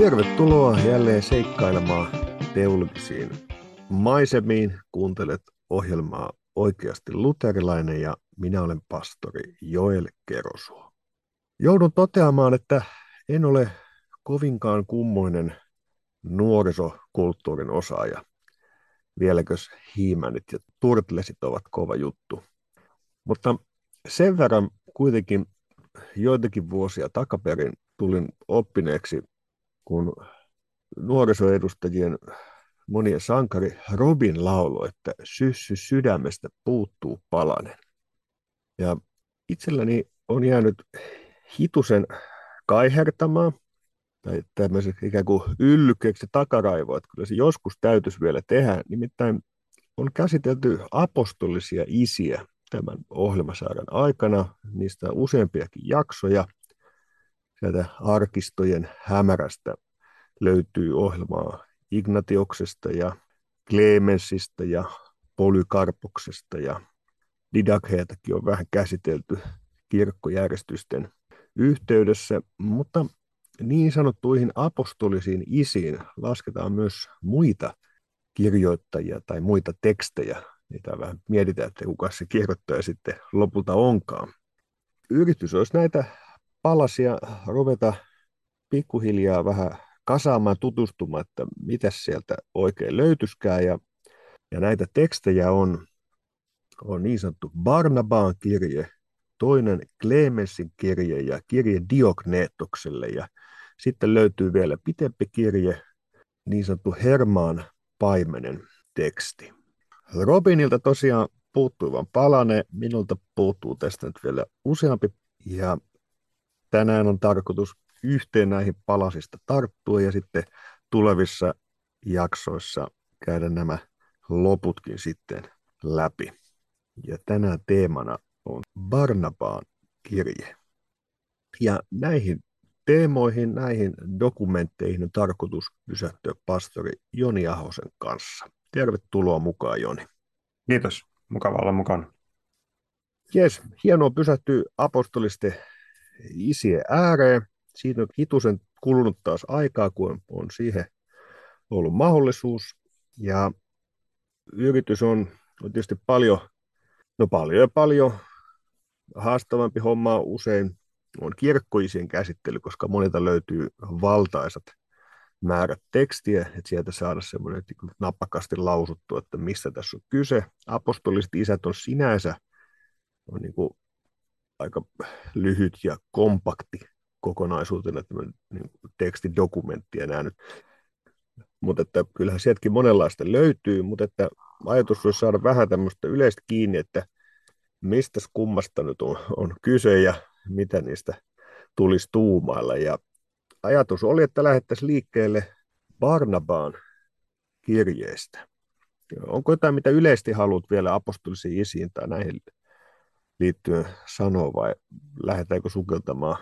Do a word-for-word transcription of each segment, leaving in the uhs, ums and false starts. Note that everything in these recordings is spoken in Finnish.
Tervetuloa jälleen seikkailemaan teologisiin maisemiin. Kuuntelet ohjelmaa Oikeasti luterilainen ja minä olen pastori Joel Kerosuo. Joudun toteamaan, että en ole kovinkaan kummoinen nuorisokulttuurin osaaja. Vieläkös hiimänit ja turtlesit ovat kova juttu. Mutta sen verran kuitenkin joitakin vuosia takaperin tulin oppineeksi, kun nuorisoedustajien monien sankari Robin lauloi, että syssy sydämestä puuttuu palanen. Ja itselläni on jäänyt hitusen kaihertamaan, tai tämmöiseksi ikään kuin yllykkeeksi takaraivoa, että kyllä se joskus täytyisi vielä tehdä. Nimittäin on käsitelty apostolisia isiä tämän ohjelmasarjan aikana, niistä on useampiakin jaksoja. Sieltä arkistojen hämärästä löytyy ohjelmaa Ignatioksesta ja Clemensistä ja Polykarpoksesta ja Didakheetakin on vähän käsitelty kirkkojärjestysten yhteydessä, mutta niin sanottuihin apostolisiin isiin lasketaan myös muita kirjoittajia tai muita tekstejä. Niitä vähän mietitään, että kuka se kirjoittaja sitten lopulta onkaan. Yritys olisi näitä palasia ruveta pikkuhiljaa vähän kasaamaan, tutustumaan, että mitä sieltä oikein löytyiskään. Ja, ja näitä tekstejä on, on niin sanottu Barnabaan kirje, toinen Clemensin kirje ja kirje Diogneetokselle. Ja sitten löytyy vielä pitempi kirje, niin sanottu Hermaan paimenen teksti. Robinilta tosiaan puuttui vain palane, minulta puuttuu tästä nyt vielä useampi. Ja tänään on tarkoitus yhteen näihin palasista tarttua ja sitten tulevissa jaksoissa käydä nämä loputkin sitten läpi. Ja tänään teemana on Barnabaan kirje. Ja näihin teemoihin, näihin dokumentteihin on tarkoitus pysähtyä pastori Joni Ahosen kanssa. Tervetuloa mukaan, Joni. Kiitos. Mukava olla mukana. Jes, hienoa pysähtyä apostolisten isien ääreen. Siitä on hitusen kulunut taas aikaa, kun on siihen ollut mahdollisuus. Ja yritys on, on tietysti paljon, no paljon ja paljon haastavampi homma usein on kirkkoisien käsittely, koska monilta löytyy valtaisat määrät tekstiä, että sieltä saada semmoinen nappakasti lausuttu, että mistä tässä on kyse. Apostoliset isät on sinänsä on niin kuin aika lyhyt ja kompakti kokonaisuutena tämmöinen niin tekstidokumentti ja nämä nyt. Mutta että kyllähän sieltäkin monenlaista löytyy, mutta että ajatus olisi saada vähän tämmöistä yleistä kiinni, että mistä kummasta nyt on, on kyse ja mitä niistä tulisi tuumailla. Ja ajatus oli, että lähdettäisiin liikkeelle Barnabaan kirjeestä. Onko jotain, mitä yleisesti haluat vielä apostolisiin isiin tai näihin liittyen sanoa vai lähdetäänkö sukeltamaan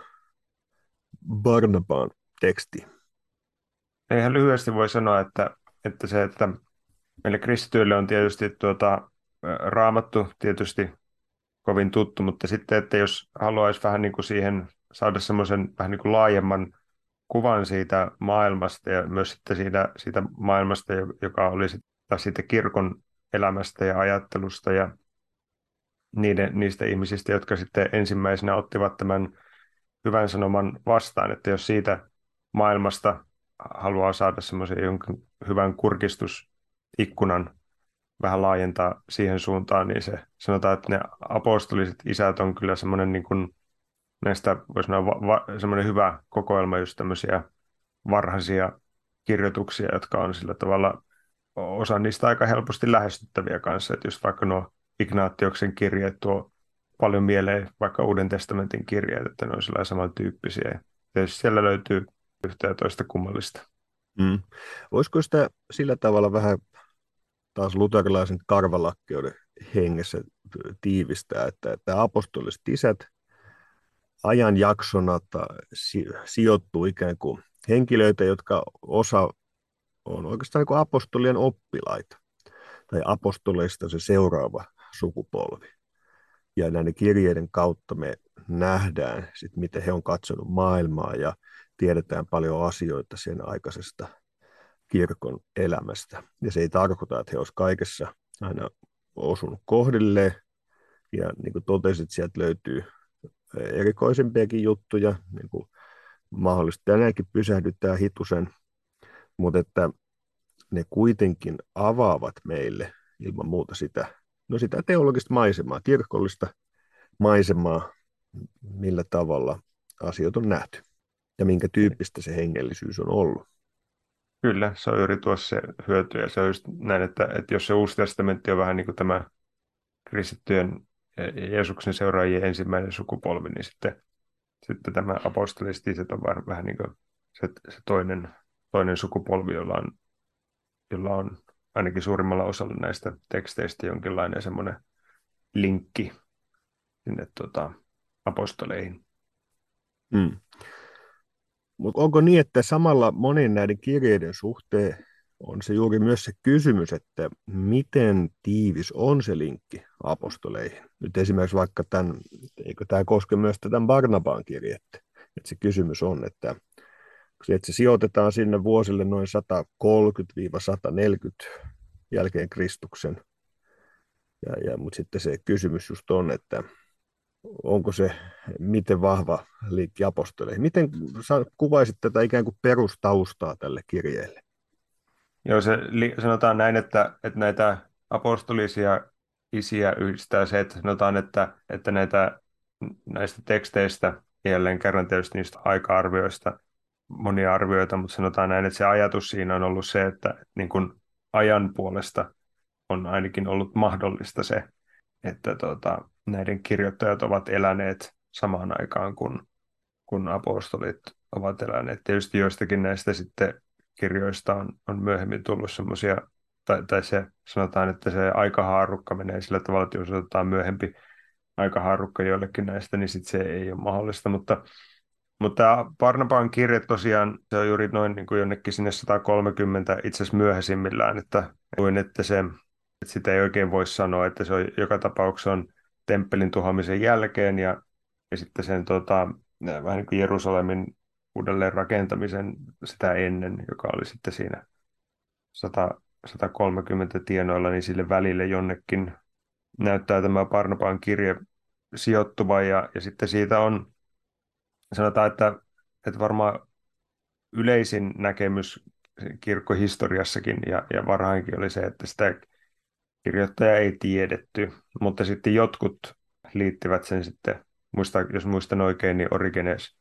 Barnabaan tekstiin? Ihan lyhyesti voi sanoa, että, että se, että meille kristityille on tietysti tuota, Raamattu tietysti kovin tuttu, mutta sitten, että jos haluaisi vähän niin kuin siihen saada semmoisen vähän niin kuin laajemman kuvan siitä maailmasta ja myös sitten siitä, siitä maailmasta, joka oli sitten siitä kirkon elämästä ja ajattelusta ja niiden, niistä ihmisistä, jotka sitten ensimmäisenä ottivat tämän hyvän sanoman vastaan, että jos siitä maailmasta haluaa saada semmoisen jonkin hyvän kurkistusikkunan vähän laajentaa siihen suuntaan, niin se sanotaan, että ne apostoliset isät on kyllä semmoinen niin kuin näistä, voisi sanoa, va- va- semmoinen hyvä kokoelma just tämmöisiä varhaisia kirjoituksia, jotka on sillä tavalla osa niistä aika helposti lähestyttäviä kanssa, että just vaikka nuo Ignaatioksen kirjeet tuo paljon mieleen vaikka Uuden testamentin kirjeet, että ne on sellaisia samantyyppisiä. Tietysti siellä löytyy yhtä ja toista kummallista. Mm. Olisiko sitä sillä tavalla vähän taas luterilaisen karvalakkeuden hengessä tiivistää, että, että apostoliset isät ajanjaksona si- sijoittuu ikään kuin henkilöitä, jotka osa on oikeastaan niin kuin apostolien oppilaita tai apostoleista se seuraava sukupolvi. Ja näiden kirjeiden kautta me nähdään, sit, miten he on katsonut maailmaa ja tiedetään paljon asioita sen aikaisesta kirkon elämästä. Ja se ei tarkoita, että he olisivat kaikessa aina osunut kohdilleen. Ja niin kuin totesit, sieltä löytyy erikoisempiakin juttuja, niin kuin mahdollisesti tänäänkin pysähdytään hitusen, mutta että ne kuitenkin avaavat meille ilman muuta sitä, no sitä teologista maisemaa, kirkollista maisemaa, millä tavalla asiat on nähty ja minkä tyyppistä se hengellisyys on ollut. Kyllä, se on juuri tuossa se hyöty, ja se on just näin, että, että jos se Uusi testamentti on vähän niin kuin tämä kristittyjen ja Jeesuksen seuraajien ensimmäinen sukupolvi, niin sitten, sitten tämä apostolistiset on vähän, vähän niin kuin se, se toinen, toinen sukupolvi, jolla on, jolla on ainakin suurimmalla osalla näistä teksteistä jonkinlainen semmoinen linkki sinne tota, apostoleihin. Mm. Mutta onko niin, että samalla monien näiden kirjeiden suhteen on se juuri myös se kysymys, että miten tiivis on se linkki apostoleihin? Nyt esimerkiksi vaikka tämän, eikö tämä koske myös tämän Barnabaan kirjettä? Että se kysymys on, että, että se sijoitetaan sinne vuosille noin sata kolmekymmentä sata neljäkymmentä jälkeen Kristuksen. Ja, ja, mutta sitten se kysymys just on, että onko se miten vahva linkki apostoleihin? Miten sä kuvaisit tätä ikään kuin perustaustaa tälle kirjeelle? Joo, se li- sanotaan näin, että, että näitä apostolisia isiä yhdistää se, että sanotaan, että, että näitä, näistä teksteistä, jälleen kerran tietysti niistä aika-arvioista, monia arvioita, mutta sanotaan näin, että se ajatus siinä on ollut se, että niin kuin ajan puolesta on ainakin ollut mahdollista se, että tota, näiden kirjoittajat ovat eläneet samaan aikaan, kun, kun apostolit ovat eläneet. Tietysti joistakin näistä sitten kirjoista on, on myöhemmin tullut semmoisia, tai, tai se sanotaan, että se aikahaarukka menee sillä tavalla, että jos otetaan myöhempi aikahaarukka joillekin näistä, niin sitten se ei ole mahdollista, mutta mutta tämä Barnabaan kirje tosiaan, se on juuri noin niin kuin jonnekin sinne sata kolmekymmentä itse asiassa myöhäisimmillään, että, kuin että, se, että sitä ei oikein voi sanoa, että se on joka tapauksessa on temppelin tuhoamisen jälkeen ja, ja sitten sen tota, vähän niin kuin Jerusalemin uudelleen rakentamisen sitä ennen, joka oli sitten siinä sata, sata kolmekymmentä tienoilla, niin sille välille jonnekin näyttää tämä Barnabaan kirje sijoittuva ja, ja sitten siitä on sanotaan, että, että varmaan yleisin näkemys kirkkohistoriassakin ja, ja varhainkin oli se, että sitä kirjoittajaa ei tiedetty, mutta sitten jotkut liittivät sen sitten, muista, jos muistan oikein, niin Origenes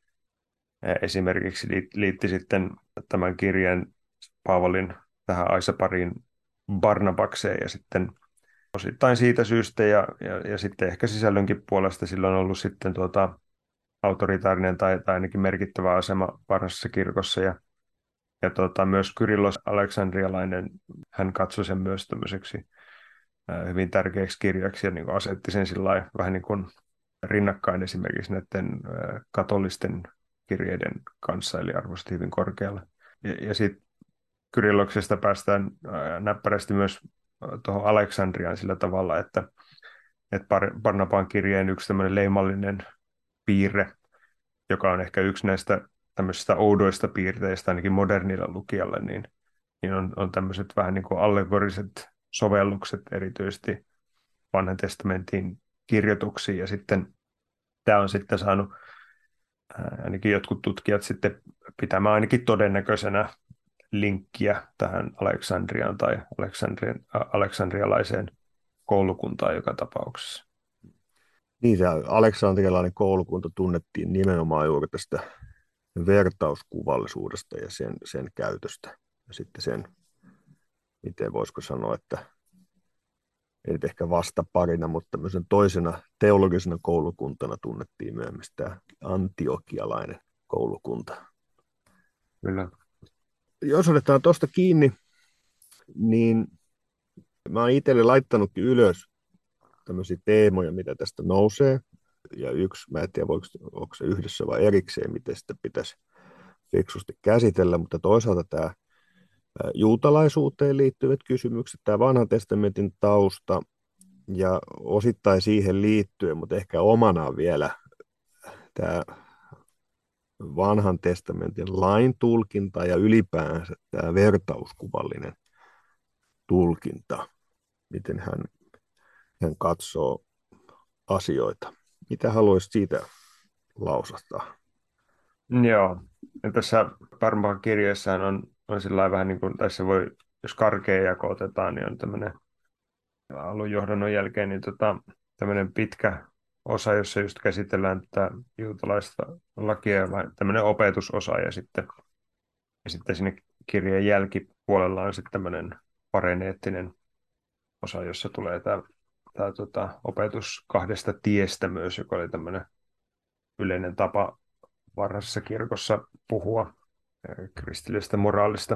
esimerkiksi liitti sitten tämän kirjeen Paavalin tähän Aisapariin Barnabakseen ja sitten osittain siitä syystä ja, ja, ja sitten ehkä sisällönkin puolesta sillä on ollut sitten tuota, autoritaarinen tai, tai ainakin merkittävä asema vanhassa kirkossa. Ja, ja tota, myös Kyrillos Aleksandrialainen, hän katsoi sen myös tämmöiseksi ää, hyvin tärkeäksi kirjaksi ja niin kuin asetti sen sillä vähän niin kuin rinnakkain esimerkiksi näiden ää, katolisten kirjeiden kanssa, eli arvosti hyvin korkealla. Ja, ja sitten Kyrilloksesta päästään ää, näppärästi myös tuohon Aleksandriaan sillä tavalla, että, että Barnabaan kirjeen yksi tämmöinen leimallinen piirre, joka on ehkä yksi näistä tämmöisistä oudoista piirteistä ainakin modernilla lukijalle, niin, niin on, on tämmöiset vähän niin kuin allegoriset sovellukset erityisesti vanhan testamentin kirjoituksiin, ja sitten tämä on sitten saanut ää, ainakin jotkut tutkijat sitten pitämään ainakin todennäköisenä linkkiä tähän Aleksandriaan tai Aleksandrian, aleksandrialaiseen koulukuntaan joka tapauksessa. Niin, se aleksandrialainen koulukunta tunnettiin nimenomaan juuri tästä vertauskuvallisuudesta ja sen, sen käytöstä. Ja sitten sen, miten voisiko sanoa, että ei nyt ehkä vastaparina, mutta tämmöisen toisena teologisena koulukuntana tunnettiin myöhemmin tämä antiokialainen koulukunta. Kyllä. Jos otetaan tuosta kiinni, niin mä oon itselle laittanutkin ylös tämmöisiä teemoja, mitä tästä nousee. Ja yksi, mä en tiedä, voiko, onko se yhdessä vai erikseen, miten sitä pitäisi fiksusti käsitellä, mutta toisaalta tämä juutalaisuuteen liittyvät kysymykset, tämä vanhan testamentin tausta ja osittain siihen liittyen, mutta ehkä omanaan vielä tämä vanhan testamentin lain tulkinta ja ylipäänsä tämä vertauskuvallinen tulkinta, miten hän, hän katsoo asioita. Mitä haluaisit siitä lausahtaa? Joo. Ja tässä varmaan kirjassaan on, on sillä lailla vähän niin kuin, tai se voi, jos karkea jako otetaan, niin on tämmöinen alun johdannon jälkeen niin tota, tämmöinen pitkä osa, jossa just käsitellään tätä juutalaista lakia ja vähän tämmöinen opetusosa ja sitten, ja sitten sinne kirjeen jälkipuolella on sitten tämmöinen pareneettinen osa, jossa tulee tämä, tämä tota, opetus kahdesta tiestä myös, joka oli tämmöinen yleinen tapa varhaisessa kirkossa puhua eh, kristillisestä moraalista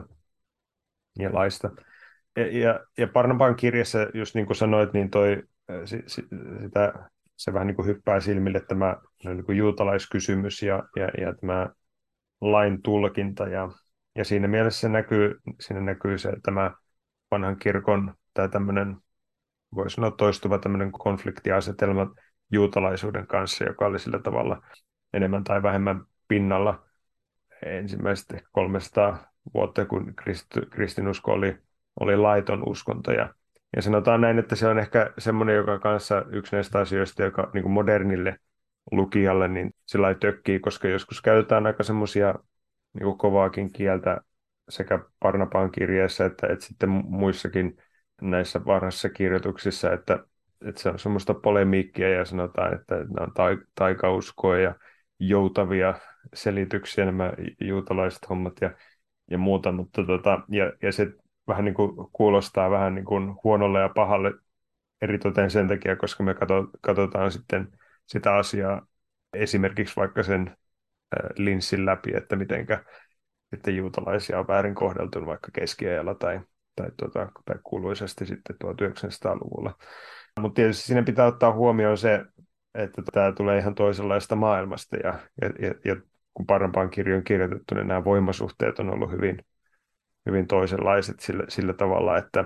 ja laista. Ja, ja, ja Barnaban kirjassa, just niin kuin sanoit, niin toi, eh, si, si, sitä, se vähän niin kuin hyppää silmille tämä niin kuin juutalaiskysymys ja, ja, ja tämä lain tulkinta. Ja, ja siinä mielessä se näkyy, siinä näkyy se, tämä vanhan kirkon tämä tämmöinen, voisi sanoa toistuva tämmöinen konfliktiasetelma juutalaisuuden kanssa, joka oli sillä tavalla enemmän tai vähemmän pinnalla ensimmäiset ehkä kolmesataa vuotta, kun krist, kristinusko oli, oli laiton uskonto. Ja, ja sanotaan näin, että se on ehkä semmoinen, joka kanssa yksi näistä asioista, joka niin kuin modernille lukijalle niin sillä lailla tökkii, koska joskus käytetään aika semmoisia niin kuin kovaakin kieltä sekä Barnabaan kirjeessä että, että sitten muissakin näissä varhaisissa kirjoituksissa, että, että se on semmoista polemiikkia ja sanotaan, että nämä on ta- taikauskoa ja joutavia selityksiä nämä juutalaiset hommat ja, ja muuta, mutta tota, ja, ja se vähän niin kuin kuulostaa vähän niin kuin huonolle ja pahalle eritoten sen takia, koska me katso, katsotaan sitten sitä asiaa esimerkiksi vaikka sen äh, linssin läpi, että mitenkä että juutalaisia on väärin kohdeltu vaikka keskiajalla tai, tai, tuota, tai kuuluisesti sitten tuhatyhdeksänsataaluvulla. Mutta tietysti siinä pitää ottaa huomioon se, että tämä tulee ihan toisenlaista maailmasta ja, ja, ja, ja kun Barnabaan kirja on kirjoitettu, niin nämä voimasuhteet on ollut hyvin, hyvin toisenlaiset sillä, sillä tavalla, että,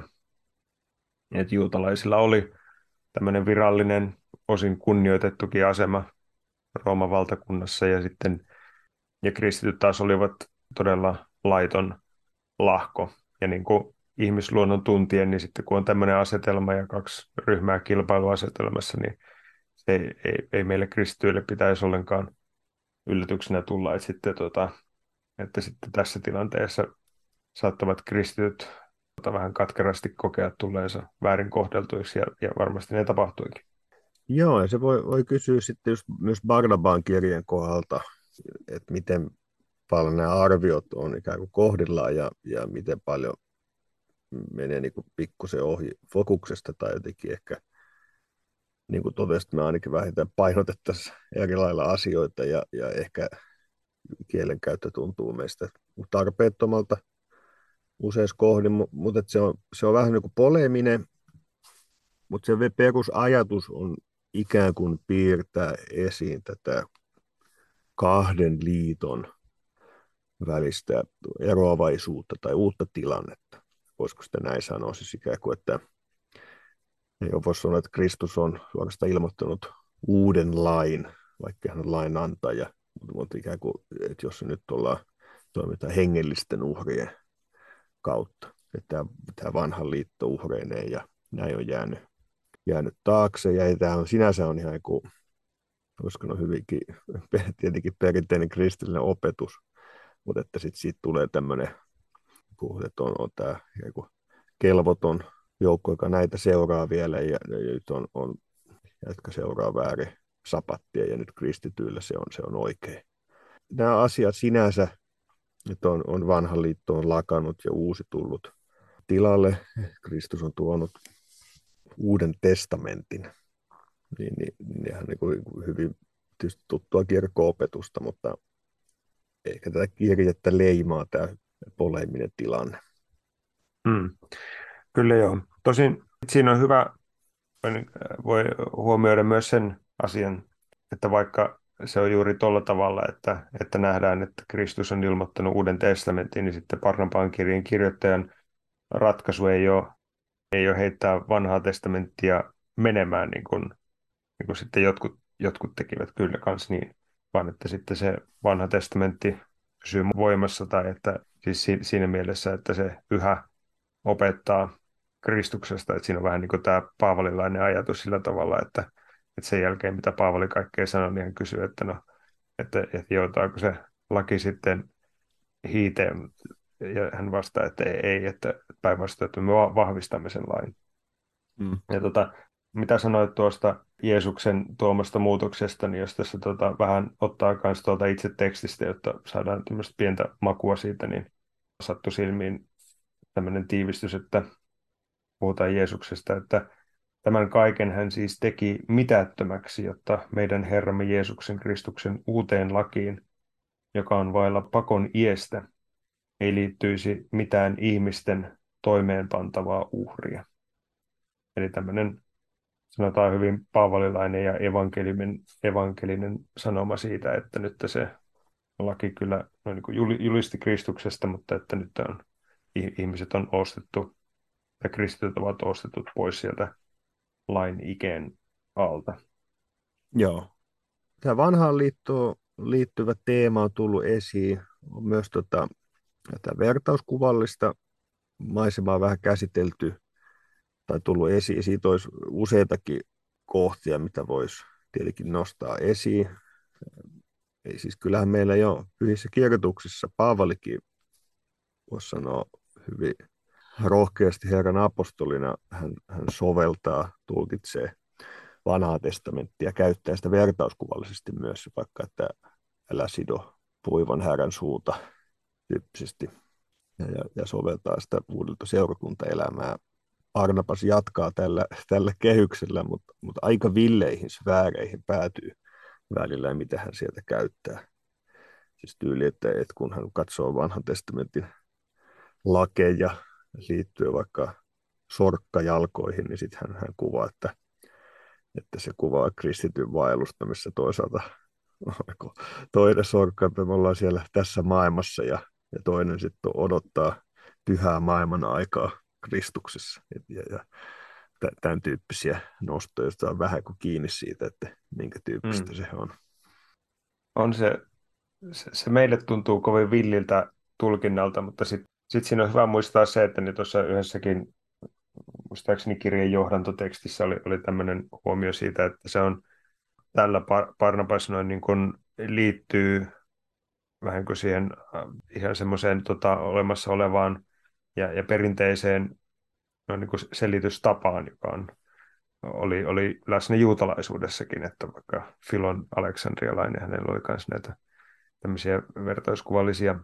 että juutalaisilla oli tämmöinen virallinen, osin kunnioitettukin asema Rooman valtakunnassa ja sitten ja kristityt taas olivat todella laiton lahko. Ja niin kuin ihmisluonnon tuntien, niin sitten kun on tämmöinen asetelma ja kaksi ryhmää kilpailuasetelmassa, niin se ei, ei, ei meille kristityille pitäisi ollenkaan yllätyksenä tulla, että sitten, tota, että sitten tässä tilanteessa saattavat kristityt tota, vähän katkerasti kokea tulleensa väärin kohdeltuiksi, ja, ja varmasti ne tapahtuikin. Joo, ja se voi, voi kysyä sitten just myös Barnabaan kirjeen kohdalta, että miten paljon nämä arviot on ikään kuin kohdillaan ja, ja miten paljon menee niin kuin pikkusen ohi fokuksesta tai jotenkin ehkä, niin kuin totesit, me ainakin vähintään painotettaisiin eri lailla asioita ja, ja ehkä kielenkäyttö tuntuu meistä tarpeettomalta useissa kohdin, mutta se on, se on vähän niin kuin poleminen, mutta se perusajatus on ikään kuin piirtää esiin tätä kahden liiton välistä eroavaisuutta tai uutta tilannetta. Voisiko sitä näin sanoa, siis ikään kuin, että ei voisi sanoa, että Kristus on suorastaan ilmoittanut uuden lain, vaikka hän on lain antaja, mutta ikään kuin, että jos nyt ollaan toimitaan hengellisten uhrien kautta, että tämä, tämä vanha liitto uhreineen ja näin on jäänyt, jäänyt taakse, ja tämä on sinänsä on ihan kuin, koska on hyvinkin tietenkin perinteinen kristillinen opetus, mutta että sitten siitä tulee tämmöinen, että on, on tämä kelvoton joukko, joka näitä seuraa vielä, ja, ja nyt on, on, jotka seuraa väärin sapattia, ja nyt kristityillä se on, se on oikein. Nämä asiat sinänsä, että on, on vanha liitto on lakannut ja uusi tullut tilalle. Kristus on tuonut uuden testamentin. Niin, niin, niin, niin kuin hyvin tietysti tuttua kirkko-opetusta, mutta ehkä tätä kirjettä leimaa tämä poleeminen tilanne. Hmm. Kyllä joo. Tosin siinä on hyvä, voi huomioida myös sen asian, että vaikka se on juuri tuolla tavalla, että, että nähdään, että Kristus on ilmoittanut uuden testamentin, niin sitten Barnabaan kirjan kirjoittajan ratkaisu ei ole, ei ole heittää vanhaa testamenttia menemään, niin kuin, niin kuin sitten jotkut, jotkut tekivät kyllä kans niin. vaan että sitten se vanha testamentti pysyy voimassa, tai että siis si- siinä mielessä, että se yhä opettaa Kristuksesta, että siinä on vähän niin kuin tämä paavalilainen ajatus sillä tavalla, että, että sen jälkeen mitä Paavali kaikkea sanoi, niin hän kysyy, että no, että, että joutaako se laki sitten hiiteen, ja hän vastaa, että ei, ei, että päinvastoin, että me va- vahvistamme sen lain. Mm. Ja tota, mitä sanoit tuosta Jeesuksen tuomasta muutoksesta, niin jos tässä tota, vähän ottaa myös tuolta itse tekstistä, jotta saadaan tämmöistä pientä makua siitä, niin sattui silmiin tämmöinen tiivistys, että puhutaan Jeesuksesta, että tämän kaiken hän siis teki mitättömäksi, jotta meidän Herramme Jeesuksen Kristuksen uuteen lakiin, joka on vailla pakon iestä, ei liittyisi mitään ihmisten toimeenpantavaa uhria. Eli tämmöinen sanotaan hyvin paavalilainen ja evankelinen, evankelinen sanoma siitä, että nyt se laki kyllä no niin kuin julisti Kristuksesta, mutta että nyt on, ihmiset on ostettu ja kristityt ovat ostetut pois sieltä lain ikeen alta. Joo. Tämä vanhaan liittoon liittyvä teema on tullut esiin. On myös tota, tätä vertauskuvallista maisemaa vähän käsitelty tai tullut esiin. Siitä olisi useitakin kohtia, mitä voisi tietenkin nostaa esiin. Ei, siis kyllähän meillä jo pyhissä kirjoituksissa Paavalikin, voisi sanoa hyvin rohkeasti Herran apostolina, hän, hän soveltaa, tulkitsee vanhaa testamenttia, käyttää sitä vertauskuvallisesti myös, vaikka että älä sido puivan härän suuta tyyppisesti ja, ja, ja soveltaa sitä uudelta seurakuntaelämää. Arnapas jatkaa tällä, tällä kehyksellä, mutta, mutta aika villeihin sfääreihin päätyy välillä, mitä hän sieltä käyttää. Siis tyyli, että, että kun hän katsoo vanhan testamentin lakeja liittyen vaikka sorkkajalkoihin, niin sitten hän, hän kuvaa, että, että se kuvaa kristityn vaellusta, missä toisaalta toinen sorkka, että me ollaan siellä tässä maailmassa ja, ja toinen sitten odottaa pyhää maailman aikaa Kristuksessa. Ja, ja tämän tyyppisiä nostoja, joista on vähän kuin kiinni siitä, että minkä tyyppistä Mm. se on. On se, se, se meille tuntuu kovin villiltä tulkinnalta, mutta sitten sit siinä on hyvä muistaa se, että niin tuossa yhdessäkin, muistaakseni kirjan johdantotekstissä oli, oli tämmöinen huomio siitä, että se on tällä Par- Barnabas noin niin kuin liittyy vähän kuin siihen äh, ihan semmoiseen tota, olemassa olevaan ja, ja perinteiseen no, niin kuin selitystapaan, joka on, oli, oli läsnä juutalaisuudessakin, että vaikka Filon Aleksandrialainen, hänellä oli myös näitä tämmöisiä vertauskuvallisia,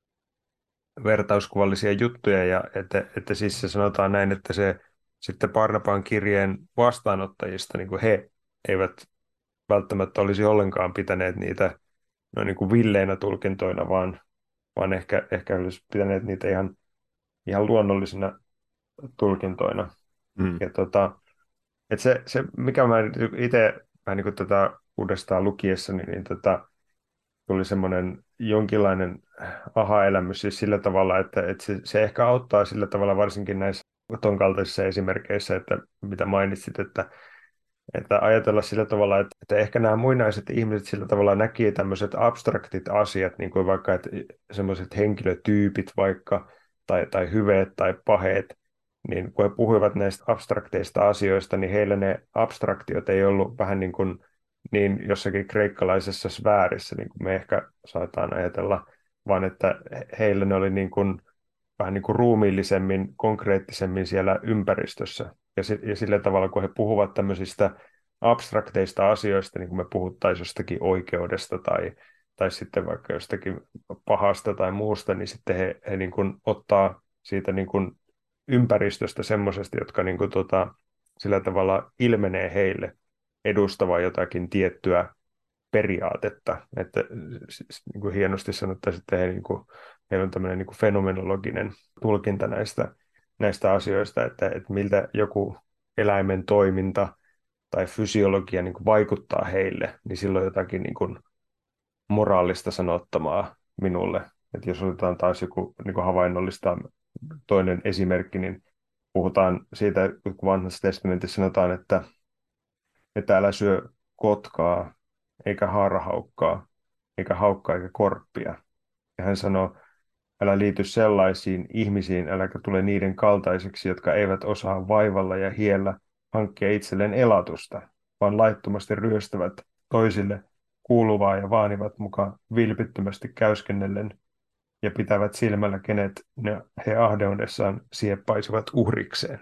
vertauskuvallisia juttuja, ja että, että siis se sanotaan näin, että se sitten Barnaban kirjeen vastaanottajista, niin kuin he eivät välttämättä olisi ollenkaan pitäneet niitä no, niin kuin villeinä tulkintoina, vaan, vaan ehkä, ehkä olisi pitäneet niitä ihan, ihan luonnollisina tulkintoina. Mm. Ja tota, että se, se, mikä mä itse vähän niin kuin tätä uudestaan lukiessa, niin, niin tota, tuli semmoinen jonkinlainen aha-elämys siis sillä tavalla, että, että se, se ehkä auttaa sillä tavalla varsinkin näissä ton kaltaisissa esimerkkeissä, että mitä mainitsit, että, että ajatella sillä tavalla, että, että ehkä nämä muinaiset ihmiset sillä tavalla näki tämmöiset abstraktit asiat, niin kuin vaikka että semmoiset henkilötyypit vaikka, tai, tai hyveet tai paheet, niin kun he puhuivat näistä abstrakteista asioista, niin heillä ne abstraktiot ei ollut vähän niin kuin niin jossakin kreikkalaisessa sfäärissä, niin kuin me ehkä saataan ajatella, vaan että heillä ne oli niin kuin, vähän niin kuin ruumiillisemmin, konkreettisemmin siellä ympäristössä. Ja, si- ja sillä tavalla, kun he puhuvat tämmöisistä abstrakteista asioista, niin kuin me puhuttaisiin jostakin oikeudesta tai, tai sitten vaikka jostakin pahasta tai muusta, niin sitten he, he niin kuin ottaa siitä niin kuin ympäristöstä semmoisesta, jotka niin kuin tota, sillä tavalla ilmenee heille edustavaa jotakin tiettyä periaatetta. Että siis, niin kuin hienosti sanottaisiin, että he, niin kuin, heillä on tämmöinen niin kuin fenomenologinen tulkinta näistä, näistä asioista, että, että miltä joku eläimen toiminta tai fysiologia niin kuin vaikuttaa heille, niin silloin jotakin niin kuin moraalista sanottamaa minulle. Että jos otetaan taas joku niin kuin havainnollista toinen esimerkki, niin puhutaan siitä, kun vanhassa testamentissa sanotaan, että, että älä syö kotkaa eikä harhaukkaa. eikä haukkaa eikä korppia. Ja hän sanoo, älä liity sellaisiin ihmisiin, äläkä tule niiden kaltaiseksi, jotka eivät osaa vaivalla ja hiellä hankkia itselleen elatusta, vaan laittomasti ryöstävät toisille kuuluvaa ja vaanivat mukaan vilpittömästi käyskennellen ja pitävät silmällä, kenet ne he ahdeudessaan sieppaisivat uhrikseen.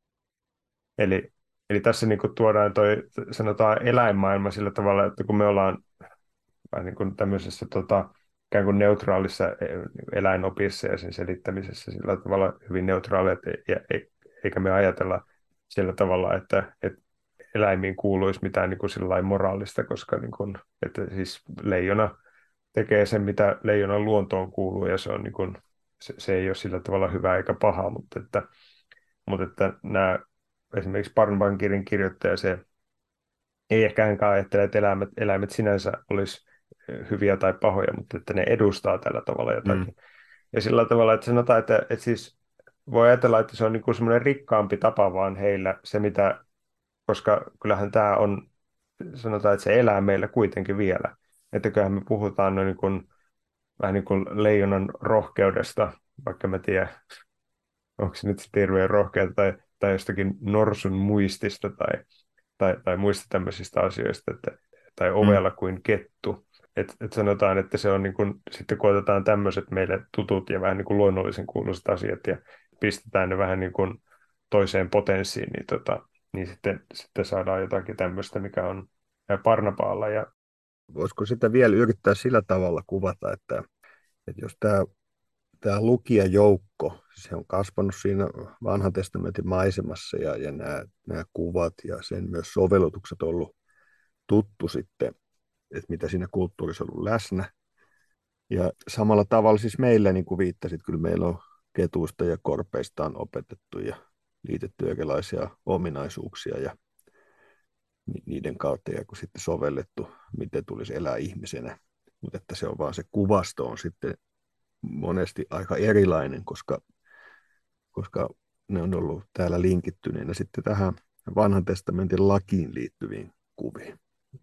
Eli, eli tässä niin kuin tuodaan toi, sanotaan eläinmaailma sillä tavalla, että kun me ollaan vähän niin kuin tämmöisessä tota, ikään kuin neutraalissa eläinopissa ja sen selittämisessä sillä tavalla hyvin neutraaleja, ja, e- eikä me ajatella sillä tavalla, että, että eläimiin kuuluisi mitään niin kuin sillä lailla moraalista, koska niin kuin, että siis leijona tekee sen, mitä leijonan luontoon kuuluu, ja se, on niin kuin, se, se ei ole sillä tavalla hyvä eikä paha, mutta että, mutta että nämä esimerkiksi Barnbankirin kirjoittaja, se ei ehkä hänkaan ajattele, että eläimet, eläimet sinänsä olisi hyviä tai pahoja, mutta että ne edustaa tällä tavalla Mm. jotakin. Ja sillä tavalla, että sanotaan, että, että siis voi ajatella, että se on niin kuin semmoinen rikkaampi tapa vaan heillä se, mitä, koska kyllähän tämä on, sanotaan, että se elää meillä kuitenkin vielä. Että kyllähän me puhutaan noin niin kuin, vähän niin kuin leijonan rohkeudesta, vaikka mä tiedän, onko se nyt sitten hirveän rohkeata tai, tai jostakin norsun muistista tai, tai, tai muista tämmöisistä asioista, että, tai Mm. ovella kuin kettu. Et, et sanotaan, että se on niin kuin, sitten kun otetaan tämmöiset meille tutut ja vähän niin kuin luonnollisen kuuluiset asiat ja pistetään ne vähän niin kuin toiseen potenssiin, niin, tota, niin sitten, sitten saadaan jotakin tämmöistä, mikä on Parnapaalla. Ja Voisiko sitä vielä yrittää sillä tavalla kuvata, että, että jos tämä tämä lukijajoukko, se on kasvanut siinä vanhan testamentin maisemassa ja, ja nämä, nämä kuvat ja sen myös sovellutukset on ollut tuttu sitten, että mitä siinä kulttuurissa on ollut läsnä. Ja samalla tavalla siis meillä, niin kuin viittasit, kyllä meillä on ketuista ja korpeista on opetettu ja liitetty erilaisia ominaisuuksia ja niiden kautta ja kun sitten sovellettu, miten tulisi elää ihmisenä. Mutta että se on vaan se kuvasto on sitten monesti aika erilainen, koska, koska ne on ollut täällä linkittyneenä sitten tähän vanhan testamentin lakiin liittyviin kuviin.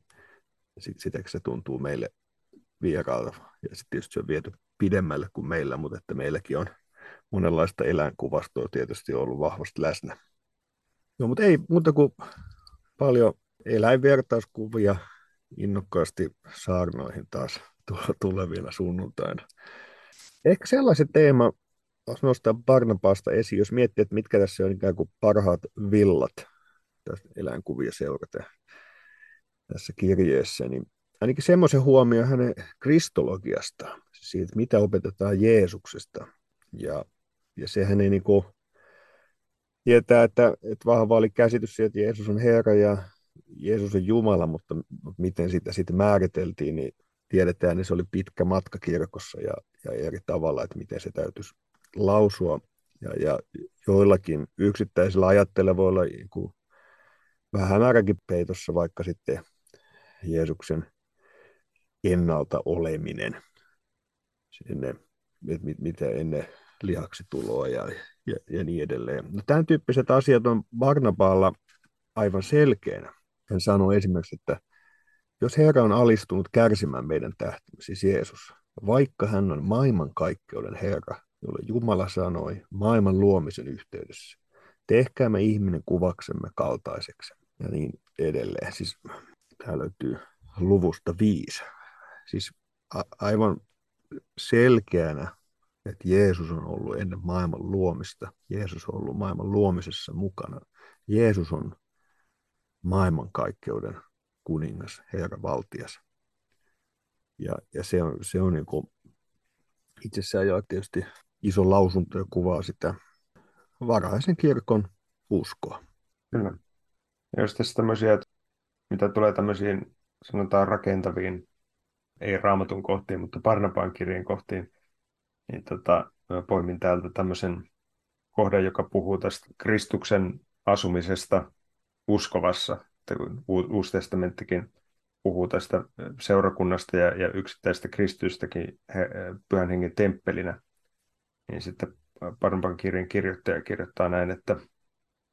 Siten se tuntuu meille vieraalta. Ja sitten tietysti se on viety pidemmälle kuin meillä, mutta että meilläkin on monenlaista eläinkuvastoa tietysti ollut vahvasti läsnä. No, mutta ei muuta kuin paljon eläinvertauskuvia innokkaasti saarnoihin taas tulevina sunnuntaina. Ehkä sellaisen teema, jos nostaa Barnabasta esiin, jos miettii, että mitkä tässä on ikään kuin parhaat villat tästä eläinkuvia seurata tässä kirjeessä, niin ainakin semmoisen huomioon hänen kristologiastaan, siitä, mitä opetetaan Jeesuksesta. Ja, ja sehän ei niin kuin tietää, että, että vahva oli käsitys siitä, että Jeesus on Herra ja Jeesus on Jumala, mutta miten sitä sitten määriteltiin, niin tiedetään, että se oli pitkä matka kirkossa ja, ja eri tavalla, että miten se täytyisi lausua. Ja, ja joillakin yksittäisillä ajattelevoilla niin vähän hämäräkin peitossa vaikka sitten Jeesuksen ennalta oleminen, sinne, mit, mitä ennen lihaksi tuloa ja, ja, ja niin edelleen. No, tämän tyyppiset asiat on Barnabaalla aivan selkeänä. Hän sanoi esimerkiksi, että jos Herra on alistunut kärsimään meidän tähtämme, siis Jeesus, vaikka hän on maailmankaikkeuden Herra, jolle Jumala sanoi maailman luomisen yhteydessä, tehkäämme ihminen kuvaksemme kaltaiseksi ja niin edelleen. Siis tämä löytyy luvusta viisi. Siis a- aivan selkeänä, että Jeesus on ollut ennen maailman luomista. Jeesus on ollut maailman luomisessa mukana. Jeesus on maailmankaikkeuden kuningas, Herra valtias. Ja, ja se on, se on niin kuin itsessään jo tietysti iso lausunto ja kuvaa sitä varhaisen kirkon uskoa. kyllä. Ja jos tässä tämmöisiä, mitä tulee tämmöisiin, sanotaan rakentaviin, ei raamatun kohtiin, mutta Barnabaan kirjeen kohtiin, niin tota, mä poimin täältä tämmöisen kohdan, joka puhuu tästä Kristuksen asumisesta uskovassa. Että kun U- Uusi testamenttikin puhuu tästä seurakunnasta ja, ja yksittäistä Kristystäkin he, pyhän hengen temppelinä, niin sitten Barnaban kirjan kirjoittaja kirjoittaa näin, että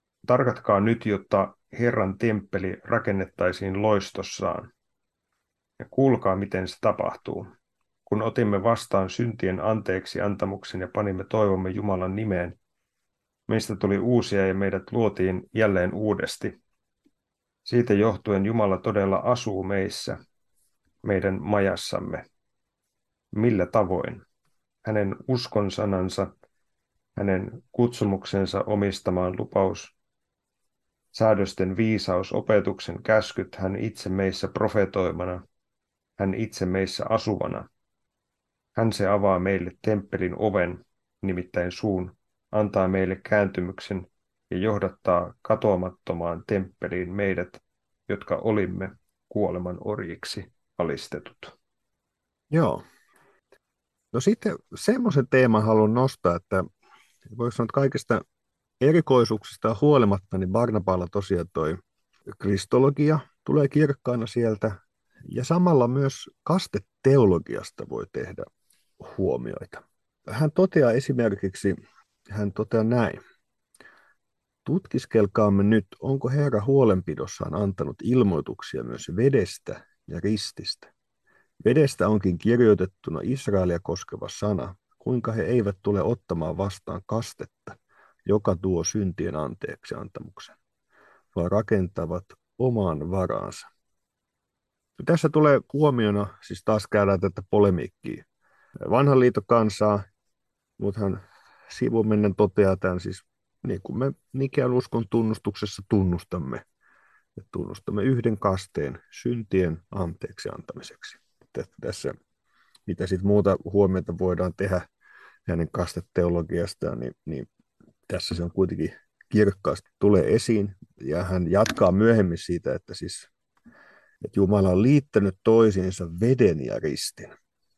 tarkatkaa nyt, jotta Herran temppeli rakennettaisiin loistossaan. Ja kuulkaa, miten se tapahtuu. Kun otimme vastaan syntien anteeksi antamuksen ja panimme toivomme Jumalan nimeen, meistä tuli uusia ja meidät luotiin jälleen uudesti. Siitä johtuen Jumala todella asuu meissä, meidän majassamme. Millä tavoin? Hänen uskon sanansa, hänen kutsumuksensa omistamaan lupaus, säädösten viisaus, opetuksen käskyt, hän itse meissä profetoimana, hän itse meissä asuvana. Hän se avaa meille temppelin oven, nimittäin suun, antaa meille kääntymyksen ja johdattaa katoamattomaan temppeliin meidät, jotka olimme kuoleman orjiksi alistetut. Joo. No sitten semmoisen teeman haluan nostaa, että voisi sanoa, että kaikista erikoisuuksista huolimatta, niin Barnaballa tosiaan toi kristologia tulee kirkkaana sieltä, ja samalla myös kasteteologiasta voi tehdä huomioita. Hän toteaa esimerkiksi, hän toteaa näin. Tutkiskelkaamme nyt, onko Herra huolenpidossaan antanut ilmoituksia myös vedestä ja rististä. Vedestä onkin kirjoitettuna Israelia koskeva sana, kuinka he eivät tule ottamaan vastaan kastetta, joka tuo syntien anteeksi antamuksen, vaan rakentavat omaan varaansa. Ja tässä tulee huomiona, siis taas käydään tätä polemiikkiä, vanhan liiton kansaa, mutta hän sivuun mennen toteaa tämän siis, niin kuin me Nikean uskon tunnustuksessa tunnustamme, että tunnustamme yhden kasteen syntien anteeksi antamiseksi. Tässä, mitä sitten muuta huomiota voidaan tehdä hänen kasteteologiastaan, niin, niin tässä se on kuitenkin kirkkaasti tulee esiin, ja hän jatkaa myöhemmin siitä, että siis että Jumala on liittänyt toisiinsa veden ja ristin.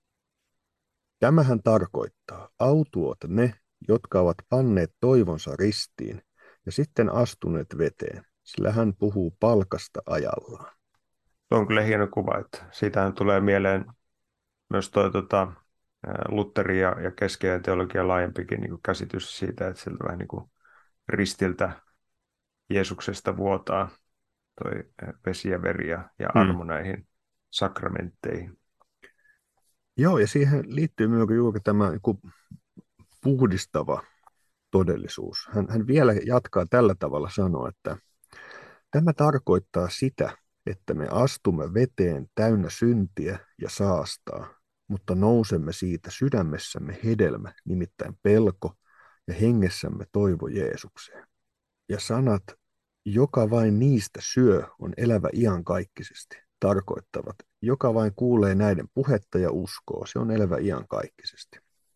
Tämähän tarkoittaa autuot ne, jotka ovat panneet toivonsa ristiin ja sitten astuneet veteen, sillä hän puhuu palkasta ajallaan. Tuo on kyllä hieno kuva, että siitähän tulee mieleen myös tuo tota, Lutteri ja, ja keskeinen teologia laajempikin niin kuin käsitys siitä, että sieltä vähän niin kuin ristiltä Jeesuksesta vuotaa toi vesi ja veri ja, ja armo hmm. näihin sakramentteihin. Joo, ja siihen liittyy myös juuri tämä niin puhdistava todellisuus. Hän, hän vielä jatkaa tällä tavalla sanoa, että tämä tarkoittaa sitä, että me astumme veteen täynnä syntiä ja saastaa, mutta nousemme siitä sydämessämme hedelmä, nimittäin pelko, ja hengessämme toivo Jeesukseen. Ja sanat, joka vain niistä syö, on elävä iankaikkisesti, tarkoittavat, joka vain kuulee näiden puhetta ja uskoo, se on elävä iankaikkisesti.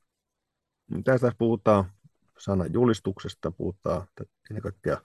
Tästä puhutaan sanan julistuksesta, puhutaan ennen kaikkea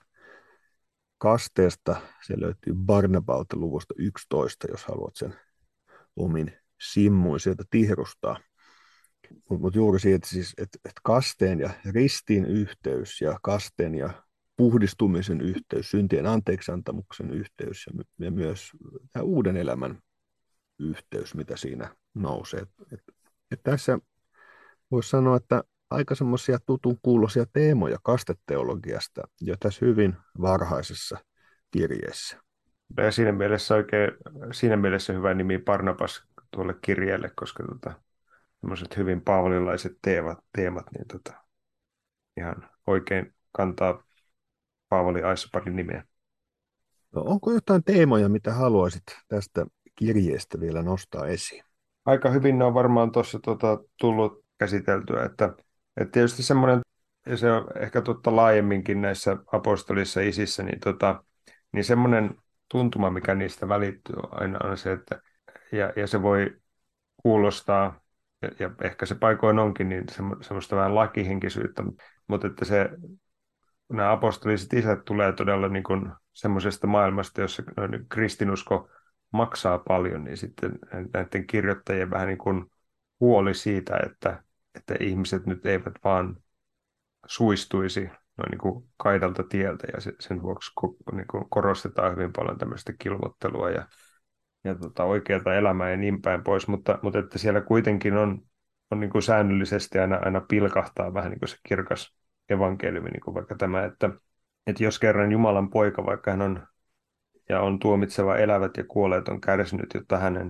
kasteesta. Se löytyy Barnabalta luvusta yksitoista, jos haluat sen omin simmuin sieltä tihrustaa. Mutta mut juuri siitä, siis, että et kasteen ja ristiin yhteys ja kasteen ja puhdistumisen yhteys, syntien anteeksiantamuksen yhteys ja, ja myös tämä uuden elämän yhteys, mitä siinä nousee. Et, et tässä voisi sanoa, että aika semmoisia tutun kuuloisia teemoja kasteteologiasta jo tässä hyvin varhaisessa kirjeessä. Ja siinä mielessä oikein, siinä mielessä hyvä nimi Barnabas tuolle kirjeelle, koska tota, semmoiset hyvin paavolilaiset teemat, teemat niin tota, ihan oikein kantaa Paavali Aissaparin nimeä. No, onko jotain teemoja, mitä haluaisit tästä kirjeestä vielä nostaa esiin? Aika hyvin ne on varmaan tuossa tota, tullut käsiteltyä, että, että tietysti semmoinen, ja se on ehkä totta laajemminkin näissä apostolissa isissä, niin, tota, niin semmoinen tuntuma, mikä niistä välittyy aina on se, että ja, ja se voi kuulostaa, ja, ja ehkä se paikoin onkin, niin semmo, semmoista vähän lakihenkisyyttä, mutta että se, nämä apostoliset isät tulee todella niin kuin semmoisesta maailmasta, jossa kristinusko maksaa paljon, niin sitten näiden kirjoittajien vähän niin kuin huoli siitä, että, että ihmiset nyt eivät vaan suistuisi noin niin kuin kaidalta tieltä, ja sen vuoksi niin kuin korostetaan hyvin paljon tämmöistä kilvottelua ja, ja tota, oikeaa elämää ja niin päin pois, mutta, mutta että siellä kuitenkin on, on niin kuin säännöllisesti aina, aina pilkahtaa vähän niin kuin se kirkas evankeliumi, niin kuin vaikka tämä, että, että jos kerran Jumalan poika, vaikka hän on ja on tuomitseva elävät ja kuolleet on kärsinyt, jotta hänen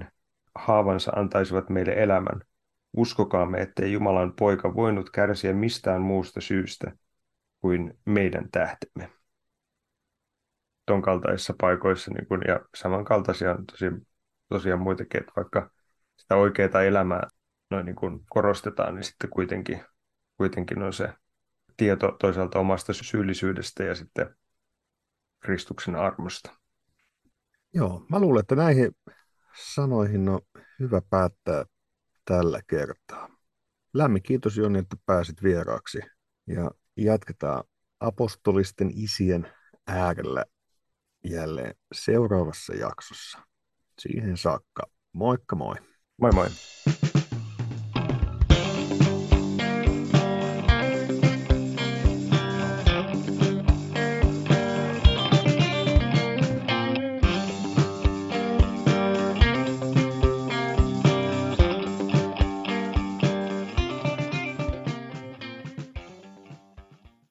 haavansa antaisivat meille elämän. Uskokaamme, ettei Jumalan poika voinut kärsiä mistään muusta syystä kuin meidän tähtemme. Ton kaltaisissa paikoissa niin kun, ja samankaltaisia on tosiaan, tosiaan muitakin, että vaikka sitä oikeaa elämää noin niin kun korostetaan, niin sitten kuitenkin, kuitenkin on se tieto toisaalta omasta syyllisyydestä ja sitten Kristuksen armosta. Joo, mä luulen, että näihin sanoihin on hyvä päättää tällä kertaa. Lämmin kiitos Joni, että pääsit vieraaksi ja jatketaan apostolisten isien äärellä jälleen seuraavassa jaksossa. Siihen saakka. Moikka moi! Moi moi!